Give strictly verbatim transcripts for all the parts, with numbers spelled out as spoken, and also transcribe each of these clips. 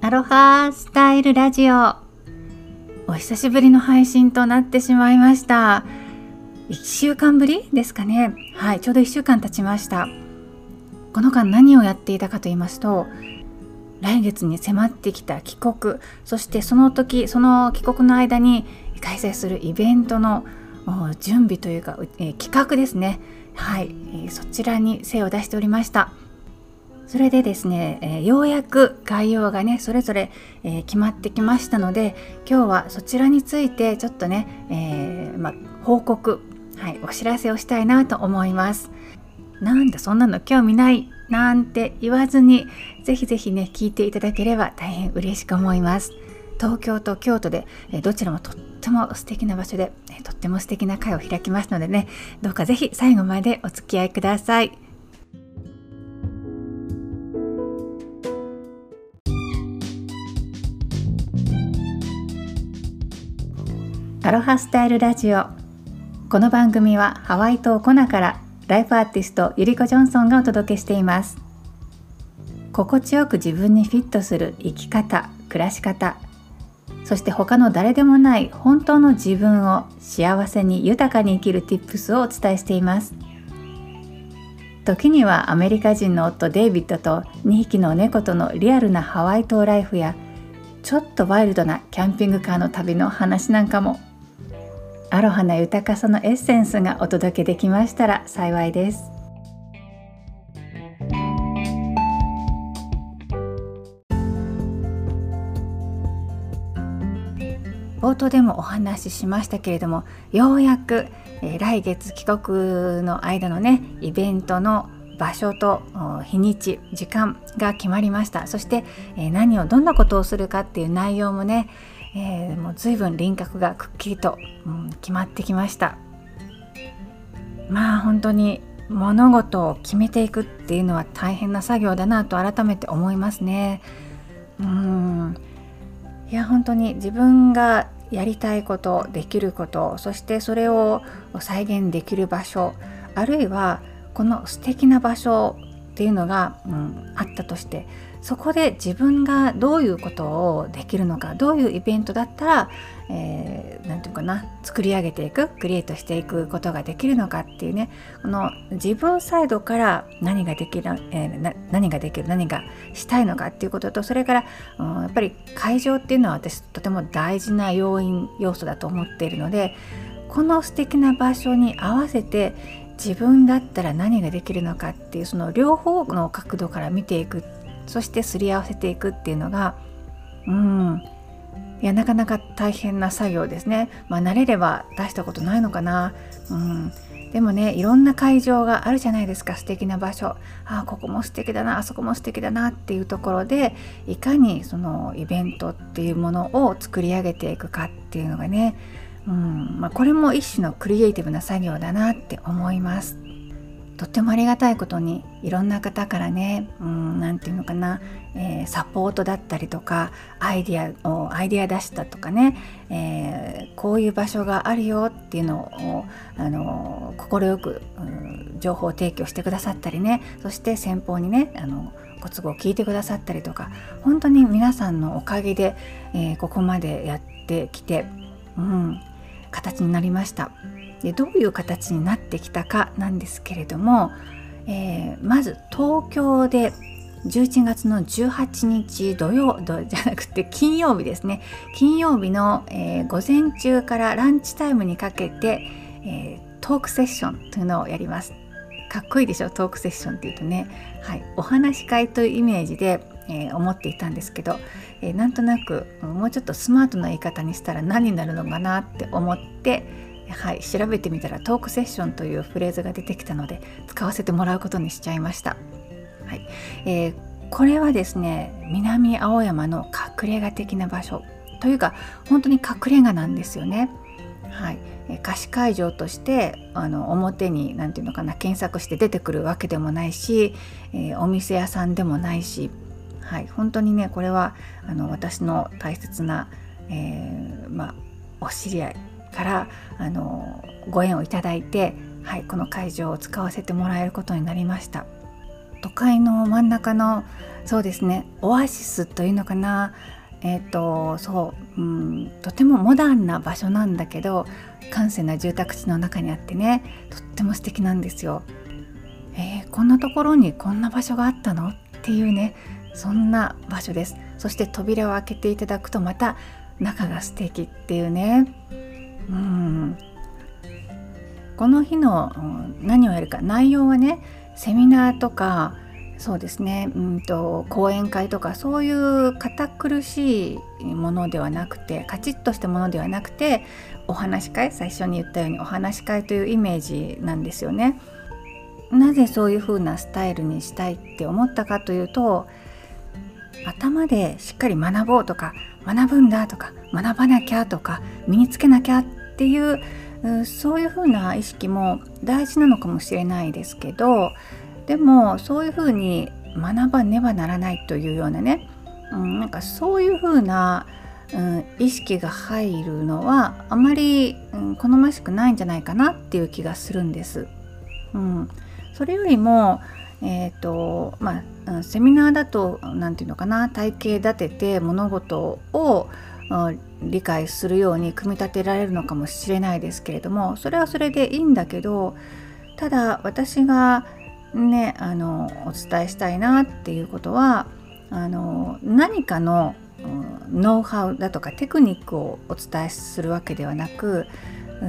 アロハスタイルラジオ、お久しぶりの配信となってしまいました。いっしゅうかんぶりですかね。はい、ちょうどいっしゅうかん経ちました。この間何をやっていたかと言いますと、来月に迫ってきた帰国、そしてその時その帰国の間に開催するイベントの準備というか、えー、企画ですね。はい、えー、そちらに精を出しておりました。それでですね、えー、ようやく概要がねそれぞれ、えー、決まってきましたので、今日はそちらについてちょっとね、えーま、報告、はい、お知らせをしたいなと思います。なんだそんなの興味ないなんて言わずに、ぜひぜひね聞いていただければ大変嬉しく思います。東京と京都で、えー、どちらもとっても素敵な場所で、えー、とっても素敵な会を開きますのでね、どうかぜひ最後までお付き合いください。アロハスタイルラジオ。この番組はハワイ島コナからライフアーティストゆりこジョンソンがお届けしています。心地よく自分にフィットする生き方、暮らし方、そして他の誰でもない本当の自分を幸せに豊かに生きる Tips をお伝えしています。時にはアメリカ人の夫デイビッドとにひきの猫とのリアルなハワイ島ライフや、ちょっとワイルドなキャンピングカーの旅の話なんかも、アロハな豊かさのエッセンスがお届けできましたら幸いです。冒頭でもお話ししましたけれども、ようやく、えー、来月帰国の間のねイベントの場所と日にち時間が決まりました。そして、えー、何をどんなことをするかっていう内容もね、えー、もう随分輪郭がくっきりと、うん、決まってきました。まあ本当に物事を決めていくっていうのは大変な作業だなと改めて思いますね。うーんいや本当に自分がやりたいこと、できること、そしてそれを再現できる場所、あるいはこの素敵な場所っていうのが、うん、あったとして、そこで自分がどういうことをできるのか、どういうイベントだったら、えー、なんていうかな作り上げていく、クリエイトしていくことができるのかっていうね、この自分サイドから何ができる、えー、な何ができる、何がしたいのかっていうことと、それから、うん、やっぱり会場っていうのは私とても大事な要因要素だと思っているので、この素敵な場所に合わせて自分だったら何ができるのかっていう、その両方の角度から見ていく、そしてすり合わせていくっていうのが、うんいやなかなか大変な作業ですね。まあ慣れれば出したことないのかな。うんでもね、いろんな会場があるじゃないですか。素敵な場所、あここも素敵だな、あそこも素敵だなっていうところで、いかにそのイベントっていうものを作り上げていくかっていうのがね、うんまあ、これも一種のクリエイティブな作業だなって思います。とってもありがたいことに、いろんな方からね、うん、なんていうのかな、えー、サポートだったりとか、アイディアをアイディア出したとかね、えー、こういう場所があるよっていうのをあの快く、うん、情報提供してくださったりね、そして先方にねあのご都合を聞いてくださったりとか、本当に皆さんのおかげで、えー、ここまでやってきて、うん、形になりました。でどういう形になってきたかなんですけれども、えー、まず東京でじゅういちがつのじゅうはちにち土曜どじゃなくて金曜日ですね、金曜日の、えー、午前中からランチタイムにかけて、えー、トークセッションというのをやります。かっこいいでしょ、トークセッションっていうとね、はい、お話し会というイメージで、えー、思っていたんですけど、えー、なんとなくもうちょっとスマートな言い方にしたら何になるのかなって思って、はい、調べてみたらトークセッションというフレーズが出てきたので使わせてもらうことにしちゃいました。はいえー、これはですね、南青山の隠れ家的な場所というか、本当に隠れ家なんですよね。はいえー、貸し会場としてあの表になんていうのかな検索して出てくるわけでもないし、えー、お店屋さんでもないし、はい、本当にねこれはあの私の大切な、えーまあ、お知り合いからあのご縁をいただいて、はい、この会場を使わせてもらえることになりました。 都会の真ん中のそうですねオアシスというのかな、えーとそう、うん、とてもモダンな場所なんだけど閑静な住宅地の中にあってね、とっても素敵なんですよ。えー、こんなところにこんな場所があったのっていうね、そんな場所です。そして扉を開けていただくとまた中が素敵っていうね、うん、この日の何をやるか、内容はねセミナーとかそうですね、うんと講演会とかそういう堅苦しいものではなくて、カチッとしたものではなくて、お話し会、最初に言ったようにお話し会というイメージなんですよね。なぜそういう風なスタイルにしたいって思ったかというと、頭でしっかり学ぼうとか、学ぶんだとか、学ばなきゃとか、身につけなきゃっていうそういう風な意識も大事なのかもしれないですけど、でもそういう風に学ばねばならないというようなね、うん、なんかそういう風な、うん、意識が入るのはあまり、うん、好ましくないんじゃないかなっていう気がするんです。うん、それよりも、えーとまあ、セミナーだとなんていうのかな、体系立てて物事を理解するように組み立てられるのかもしれないですけれども、それはそれでいいんだけど、ただ私がねあのお伝えしたいなっていうことは、あの何かの、うん、ノウハウだとかテクニックをお伝えするわけではなく、うん、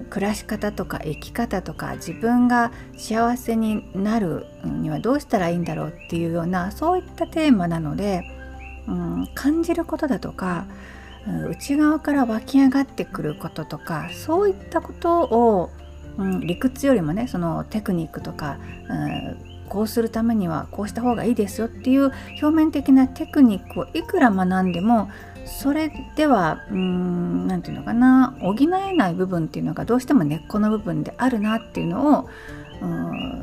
暮らし方とか生き方とか自分が幸せになるにはどうしたらいいんだろうっていうような、そういったテーマなので、うん、感じることだとか、うん、内側から湧き上がってくることとか、そういったことを、うん、理屈よりもね、そのテクニックとか、うん、こうするためにはこうした方がいいですよっていう表面的なテクニックをいくら学んでも、それではうーんなんていうのかな、補えない部分っていうのがどうしても根っこの部分であるなっていうのを、うん、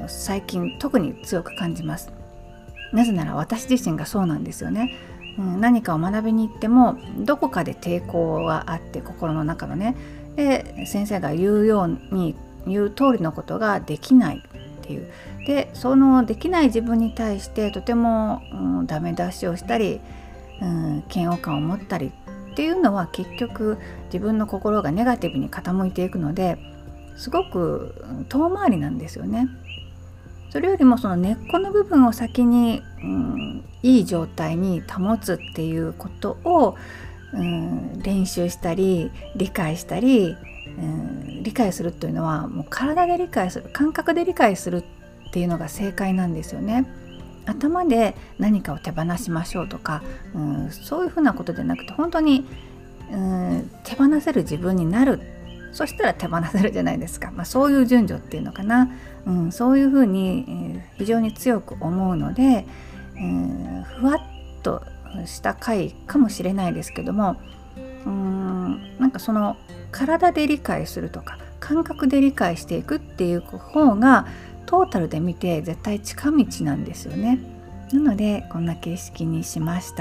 最近特に強く感じます。なぜなら私自身がそうなんですよね。うん、何かを学びに行ってもどこかで抵抗があって、心の中のね、で先生が言うように言う通りのことができないっていう、でそのできない自分に対してとても、うん、ダメ出しをしたり、うん、嫌悪感を持ったりっていうのは、結局自分の心がネガティブに傾いていくので、すごく遠回りなんですよね。それよりもその根っこの部分を先に、うん、いい状態に保つっていうことを、うん、練習したり理解したり、うん、理解するというのはもう体で理解する、感覚で理解するっていうのが正解なんですよね。頭で何かを手放しましょうとか、うん、そういうふうなことでなくて、本当に、うん、手放せる自分になる。そしたら手放せるじゃないですか。まあ、そういう順序っていうのかな、うん、そういうふうに、えー、非常に強く思うので、えー、ふわっとした回かもしれないですけども、うーんなんかその体で理解するとか感覚で理解していくっていう方がトータルで見て絶対近道なんですよね。なのでこんな形式にしました。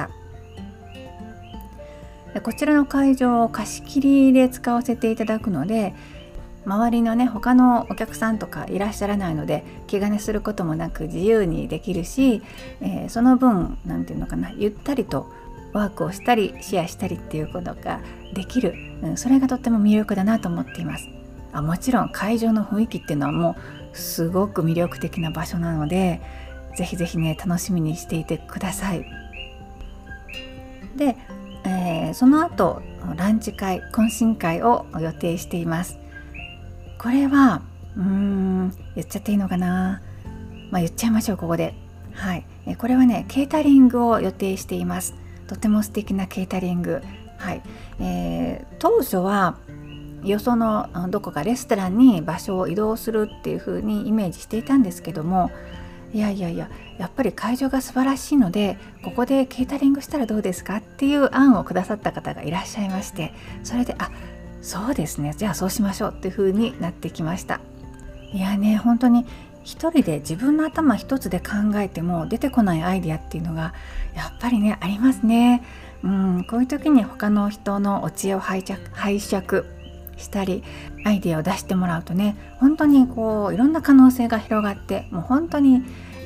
こちらの会場を貸し切りで使わせていただくので、周りのね他のお客さんとかいらっしゃらないので、気兼ねすることもなく自由にできるし、えー、その分なんていうのかな、ゆったりとワークをしたりシェアしたりっていうことができる、うん、それがとっても魅力だなと思っています。あもちろん会場の雰囲気っていうのはもうすごく魅力的な場所なので、ぜひぜひね楽しみにしていてください。で、えー、その後ランチ会、懇親会を予定しています。これはうーん言っちゃっていいのかな、まあ、言っちゃいましょうここで。はい、えこれはねケータリングを予定しています。とても素敵なケータリング。はい、えー、当初はよそのどこかレストランに場所を移動するっていう風にイメージしていたんですけども、いやいやいややっぱり会場が素晴らしいので、ここでケータリングしたらどうですかっていう案をくださった方がいらっしゃいまして、それであそうですね、じゃあそうしましょうっていう風になってきました。いやね本当に一人で自分の頭一つで考えても出てこないアイデアっていうのがやっぱりねありますね。うん、こういう時に他の人のお知恵を拝借、拝借したりアイデアを出してもらうとね、本当にこういろんな可能性が広がって、もう本当に、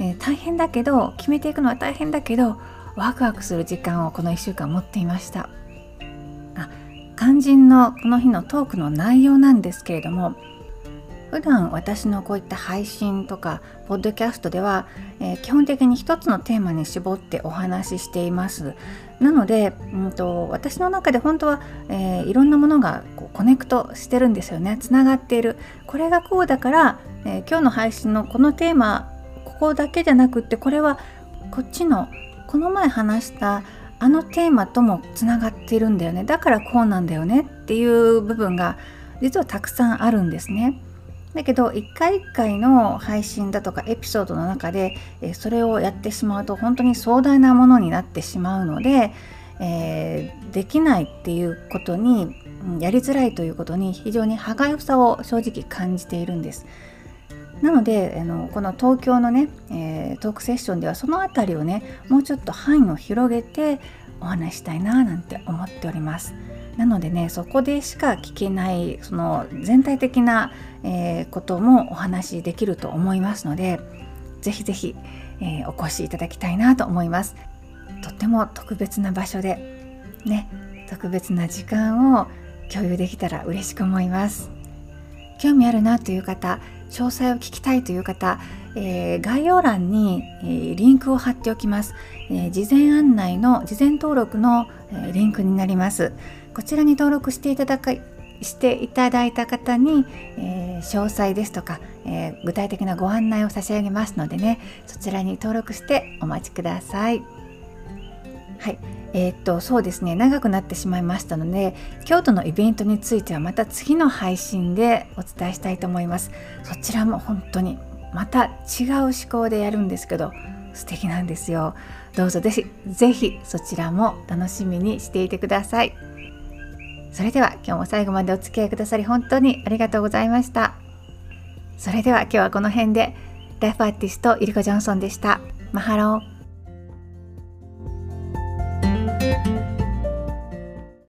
えー、大変だけど決めていくのは大変だけどワクワクする時間をこのいっしゅうかん持っていました。あ、肝心のこの日のトークの内容なんですけれども、普段私のこういった配信とかポッドキャストでは、えー、基本的に一つのテーマに絞ってお話ししています。なので、うんと、私の中で本当は、えー、いろんなものがこうコネクトしてるんですよね。つながっている。これがこうだから、えー、今日の配信のこのテーマここだけじゃなくって、これはこっちのこの前話したあのテーマともつながっているんだよね。だからこうなんだよねっていう部分が実はたくさんあるんですね。だけど一回一回の配信だとかエピソードの中で、えー、それをやってしまうと本当に壮大なものになってしまうので、えー、できないっていうことに、やりづらいということに非常に歯がゆさを正直感じているんです。なのであのこの東京のね、えー、トークセッションではそのあたりをねもうちょっと範囲を広げてお話したいななんて思っております。なのでね、そこでしか聞けないその全体的な、えー、こともお話しできると思いますので、ぜひぜひ、えー、お越しいただきたいなと思います。とっても特別な場所でね、特別な時間を共有できたら嬉しく思います。興味あるなという方、詳細を聞きたいという方、えー、概要欄に、えー、リンクを貼っておきます。えー、事前案内の事前登録の、えー、リンクになります。こちらに登録していただかしていただいた方に、えー、詳細ですとか、えー、具体的なご案内を差し上げますのでね、そちらに登録してお待ちください。はい、えー、っとそうですね、長くなってしまいましたので、京都のイベントについてはまた次の配信でお伝えしたいと思います。そちらも本当にまた違う思考でやるんですけど素敵なんですよ。どうぞぜひぜひそちらも楽しみにしていてください。それでは今日も最後までお付き合いくださり本当にありがとうございました。それでは今日はこの辺で。ライフアーティストイリコ・ジョンソンでした。マハロー。